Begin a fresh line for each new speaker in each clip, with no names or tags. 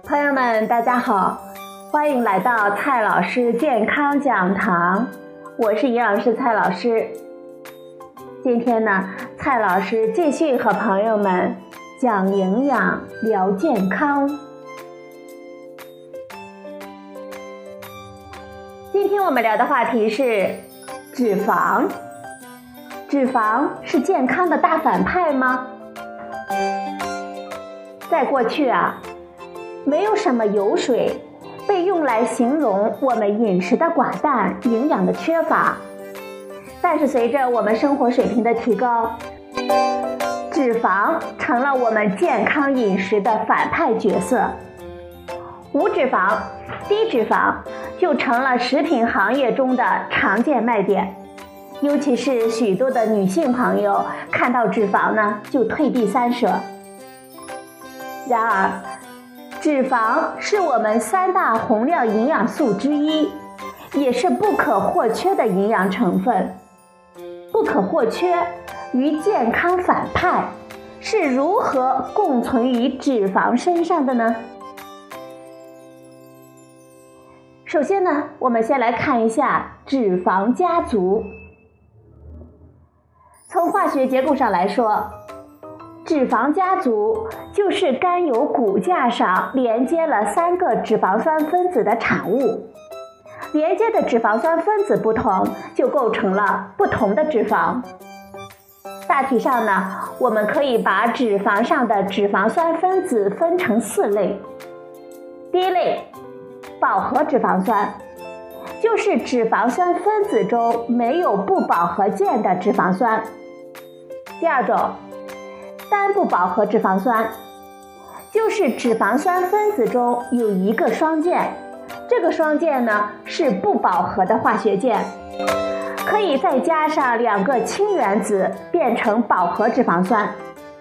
朋友们，大家好，欢迎来到蔡老师健康讲堂，我是营养师蔡老师。今天呢，蔡老师继续和朋友们讲营养聊健康。今天我们聊的话题是脂肪。脂肪是健康的大反派吗？在过去没有什么油水被用来形容我们饮食的寡淡、营养的缺乏。但是随着我们生活水平的提高，脂肪成了我们健康饮食的反派角色。无脂肪、低脂肪就成了食品行业中的常见卖点。尤其是许多的女性朋友看到脂肪呢，就退避三舍。然而，脂肪是我们3大宏量营养素之一，也是不可或缺的营养成分。不可或缺与健康反派是如何共存于脂肪身上的呢？首先呢，我们先来看一下脂肪家族。从化学结构上来说，脂肪家族就是甘油骨架上连接了3个脂肪酸分子的产物。连接的脂肪酸分子不同，就构成了不同的脂肪。大体上呢，我们可以把脂肪上的脂肪酸分子分成4类。第一类，饱和脂肪酸，就是脂肪酸分子中没有不饱和键的脂肪酸。第二种，单不饱和脂肪酸，就是脂肪酸分子中有一个双键，这个双键呢是不饱和的化学键，可以再加上2个氢原子变成饱和脂肪酸。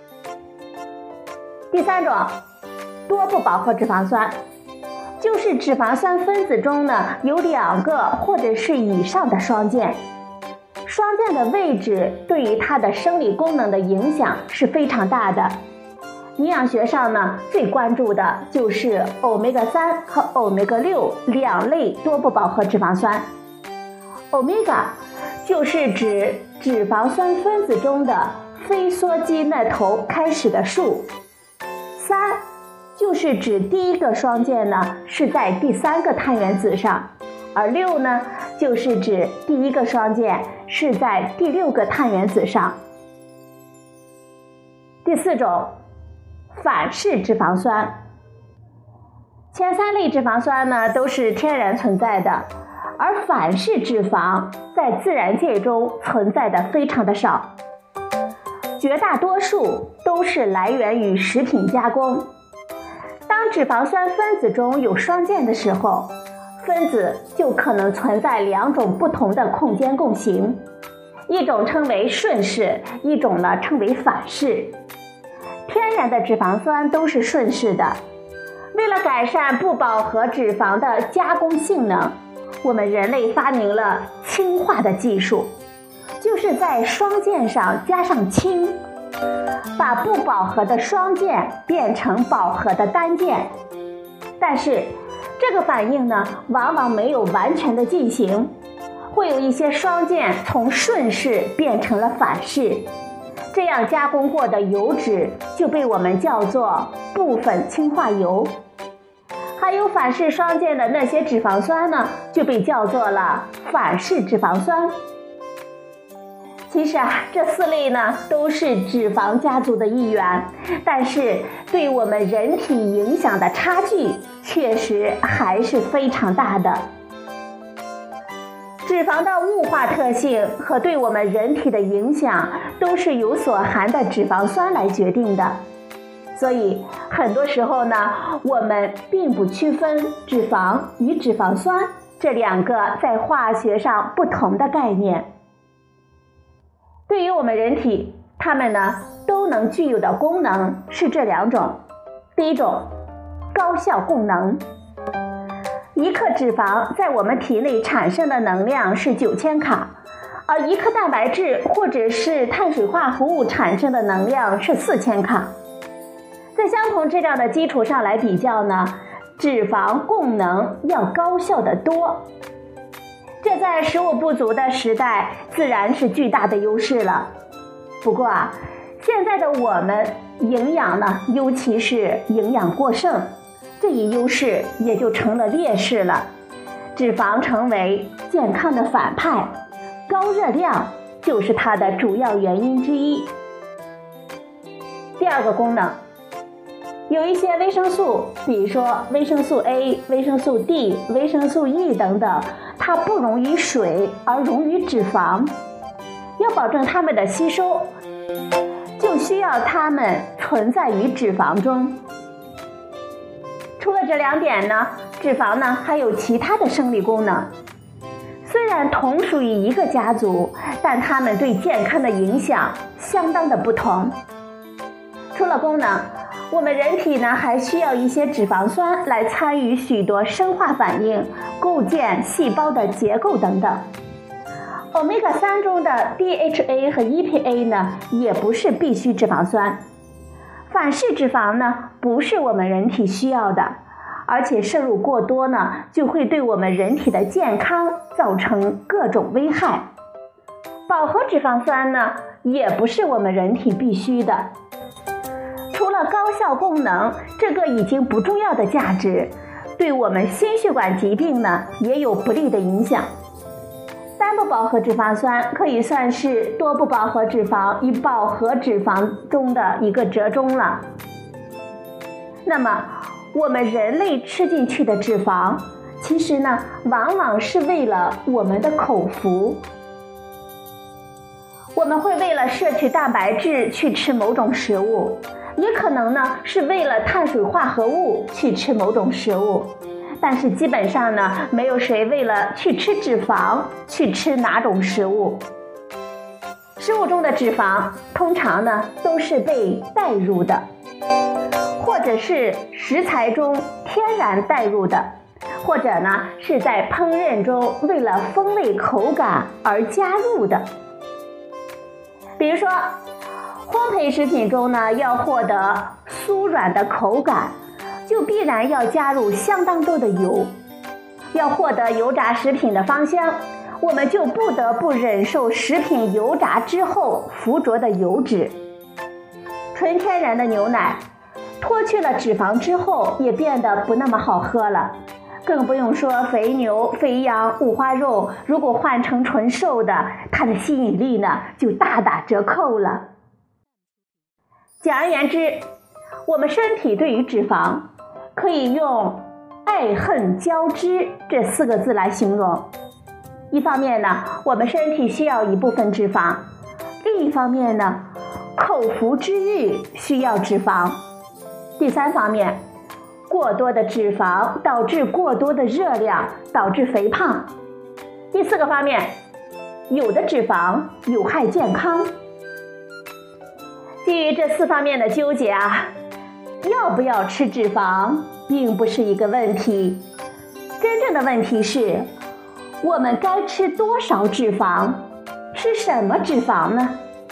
第三种，多不饱和脂肪酸，就是脂肪酸分子中呢有2个或者是以上的双键。双键的位置对于它的生理功能的影响是非常大的。营养学上呢，最关注的就是欧米伽3和欧米伽62类多不饱和脂肪酸。欧米伽就是指脂肪酸分子中的非羧基那头开始的数，3就是指第一个双键呢是在第3个碳原子上，而6呢就是指第一个双键是在第6个碳原子上。第4种，反式脂肪酸。前3类脂肪酸呢都是天然存在的，而反式脂肪在自然界中存在的非常的少，绝大多数都是来源于食品加工。当脂肪酸分子中有双键的时候，分子就可能存在2种不同的空间共形，一种称为顺式，一种呢称为反式。天然的脂肪酸都是顺式的，为了改善不饱和脂肪的加工性能，我们人类发明了氢化的技术，就是在双键上加上氢，把不饱和的双键变成饱和的单键。但是这个反应呢，往往没有完全的进行，会有一些双键从顺式变成了反式，这样加工过的油脂就被我们叫做部分氢化油。还有反式双键的那些脂肪酸呢，就被叫做了反式脂肪酸。其实这4类呢都是脂肪家族的一员，但是对我们人体影响的差距确实还是非常大的。脂肪的物化特性和对我们人体的影响都是由所含的脂肪酸来决定的，所以很多时候呢，我们并不区分脂肪与脂肪酸这2个在化学上不同的概念。对于我们人体，它们呢都能具有的功能是这2种。第一种，高效供能。1克脂肪在我们体内产生的能量是9000卡，而1克蛋白质或者是碳水化合物产生的能量是4000卡。在相同质量的基础上来比较呢， 脂肪供能要高效得多。这在食物不足的时代自然是巨大的优势了。不过现在的我们营养呢，尤其是营养过剩，这一优势也就成了劣势了。脂肪成为健康的反派，高热量就是它的主要原因之一。第二个功能，有一些维生素，比如说维生素 A、维生素 D、维生素 E 等等，它不溶于水而溶于脂肪。要保证它们的吸收，就需要它们存在于脂肪中。除了这两点呢，脂肪呢还有其他的生理功能。虽然同属于一个家族，但它们对健康的影响相当的不同。除了功能，我们人体呢还需要一些脂肪酸来参与许多生化反应，构建细胞的结构等等。欧米伽3中的 DHA 和 EPA 呢也不是必需脂肪酸。反式脂肪呢不是我们人体需要的，而且摄入过多呢就会对我们人体的健康造成各种危害。饱和脂肪酸呢也不是我们人体必须的。除了高效功能这个已经不重要的价值，对我们心血管疾病呢也有不利的影响。单不饱和脂肪酸可以算是多不饱和脂肪与饱和脂肪中的一个折中了。那么我们人类吃进去的脂肪，其实呢往往是为了我们的口福。我们会为了摄取蛋白质去吃某种食物，也可能呢是为了碳水化合物去吃某种食物，但是基本上呢没有谁为了去吃脂肪去吃哪种食物。食物中的脂肪通常呢都是被代入的，或者是食材中天然代入的，或者呢是在烹饪中为了风味口感而加入的。比如说烘焙食品中呢要获得酥软的口感，就必然要加入相当多的油。要获得油炸食品的芳香，我们就不得不忍受食品油炸之后附着的油脂。纯天然的牛奶脱去了脂肪之后也变得不那么好喝了，更不用说肥牛、肥羊、五花肉，如果换成纯瘦的，它的吸引力呢就大打折扣了。简而言之，我们身体对于脂肪可以用爱恨交织这4个字来形容。一方面呢，我们身体需要一部分脂肪；另一方面呢，口腹之欲需要脂肪；第三方面，过多的脂肪导致过多的热量，导致肥胖；第4个方面，有的脂肪有害健康。基于这4方面的纠结要不要吃脂肪并不是一个问题，真正的问题是我们该吃多少脂肪，吃什么脂肪呢？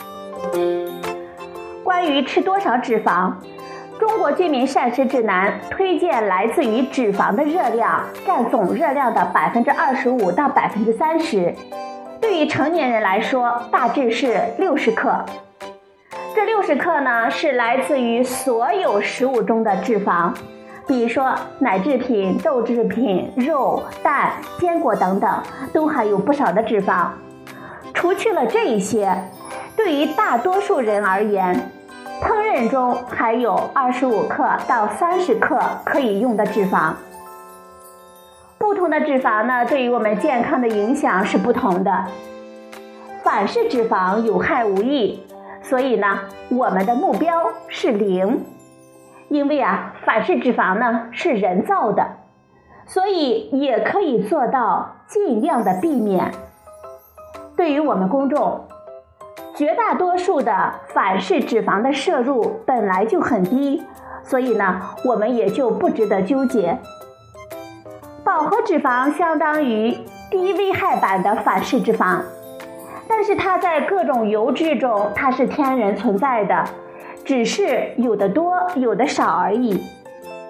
关于吃多少脂肪，中国居民膳食指南推荐来自于脂肪的热量占总热量的25%到30%，对于成年人来说大致是60克。这60克呢是来自于所有食物中的脂肪，比如说奶制品、豆制品、肉、蛋、坚果等等，都含有不少的脂肪。除去了这一些，对于大多数人而言，烹饪中还有25克到30克可以用的脂肪。不同的脂肪呢，对于我们健康的影响是不同的。反式脂肪有害无益，所以呢，我们的目标是0。因为反式脂肪呢是人造的，所以也可以做到尽量的避免。对于我们公众，绝大多数的反式脂肪的摄入本来就很低，所以呢，我们也就不值得纠结。饱和脂肪相当于低危害版的反式脂肪，但是它在各种油脂中它是天然存在的，只是有的多有的少而已。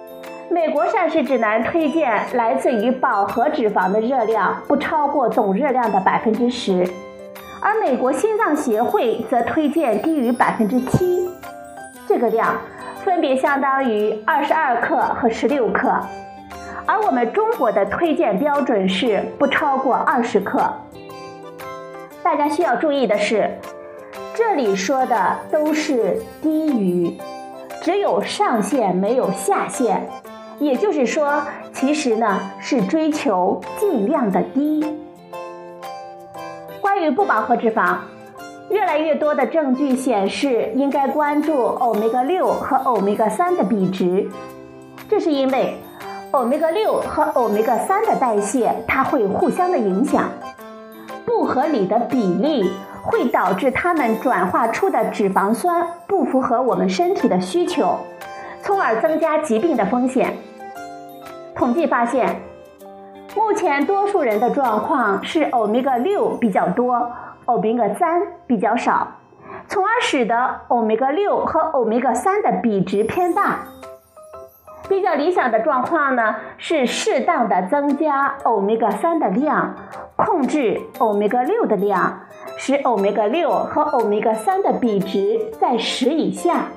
美国膳食指南推荐来自于饱和脂肪的热量不超过总热量的10%，而美国心脏协会则推荐低于7%，这个量分别相当于22克和16克，而我们中国的推荐标准是不超过20克。大家需要注意的是，这里说的都是低于，只有上限没有下限，也就是说，其实呢是追求尽量的低。关于不饱和脂肪，越来越多的证据显示应该关注欧米伽6和欧米伽3的比值，这是因为欧米伽6和欧米伽3的代谢它会互相的影响，不合理的比例会导致它们转化出的脂肪酸不符合我们身体的需求，从而增加疾病的风险。统计发现，目前多数人的状况是欧米伽6比较多，欧米伽3比较少，从而使得欧米伽6和欧米伽3的比值偏大。比较理想的状况呢，是适当的增加欧米伽3的量，控制欧米伽6的量，使欧米伽6和欧米伽3的比值在10以下。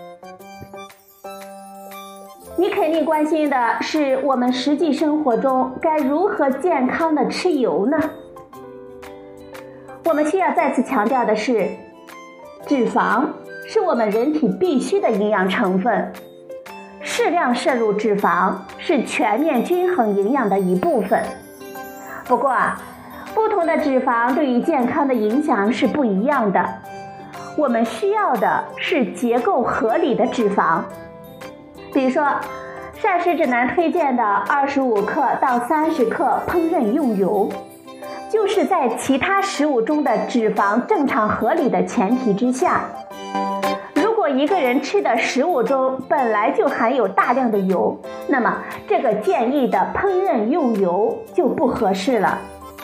你肯定关心的是我们实际生活中该如何健康的吃油呢？我们需要再次强调的是，脂肪是我们人体必需的营养成分，适量摄入脂肪是全面均衡营养的一部分。不过不同的脂肪对于健康的影响是不一样的，我们需要的是结构合理的脂肪。比如说，膳食指南推荐的25克到30克烹饪用油，就是在其他食物中的脂肪正常合理的前提之下。如果一个人吃的食物中本来就含有大量的油，那么这个建议的烹饪用油就不合适了。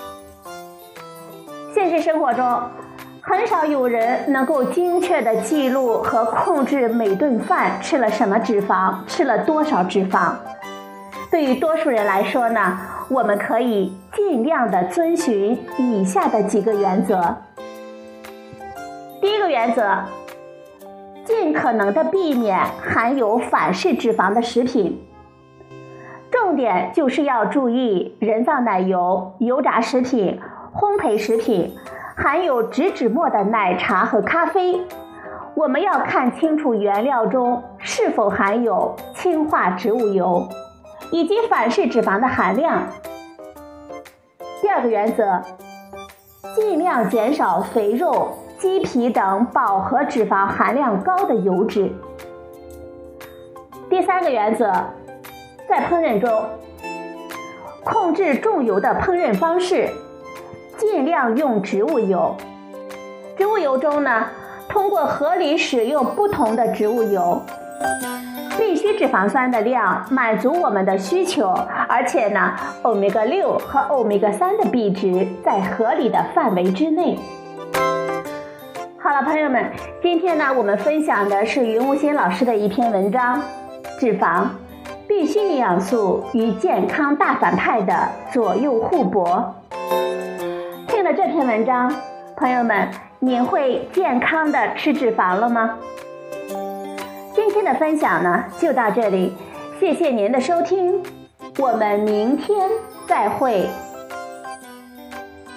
现实生活中，很少有人能够精确地记录和控制每顿饭吃了什么脂肪，吃了多少脂肪。对于多数人来说呢，我们可以尽量地遵循以下的几个原则。第一个原则，尽可能地避免含有反式脂肪的食品。重点就是要注意人造奶油、油炸食品、烘焙食品，含有植脂末的奶茶和咖啡。我们要看清楚原料中是否含有氢化植物油以及反式脂肪的含量。第二个原则，尽量减少肥肉、鸡皮等饱和脂肪含量高的油脂。第三个原则，在烹饪中控制重油的烹饪方式，尽量用植物油。植物油中呢，通过合理使用不同的植物油，必需脂肪酸的量满足我们的需求，而且呢，欧米伽6和欧米伽3的比值在合理的范围之内。好了，朋友们，今天呢，我们分享的是云无心老师的一篇文章，脂肪必需营养素与健康大反派的左右互搏。听了这篇文章，朋友们，您会健康的吃脂肪了吗？今天的分享呢，就到这里，谢谢您的收听，我们明天再会。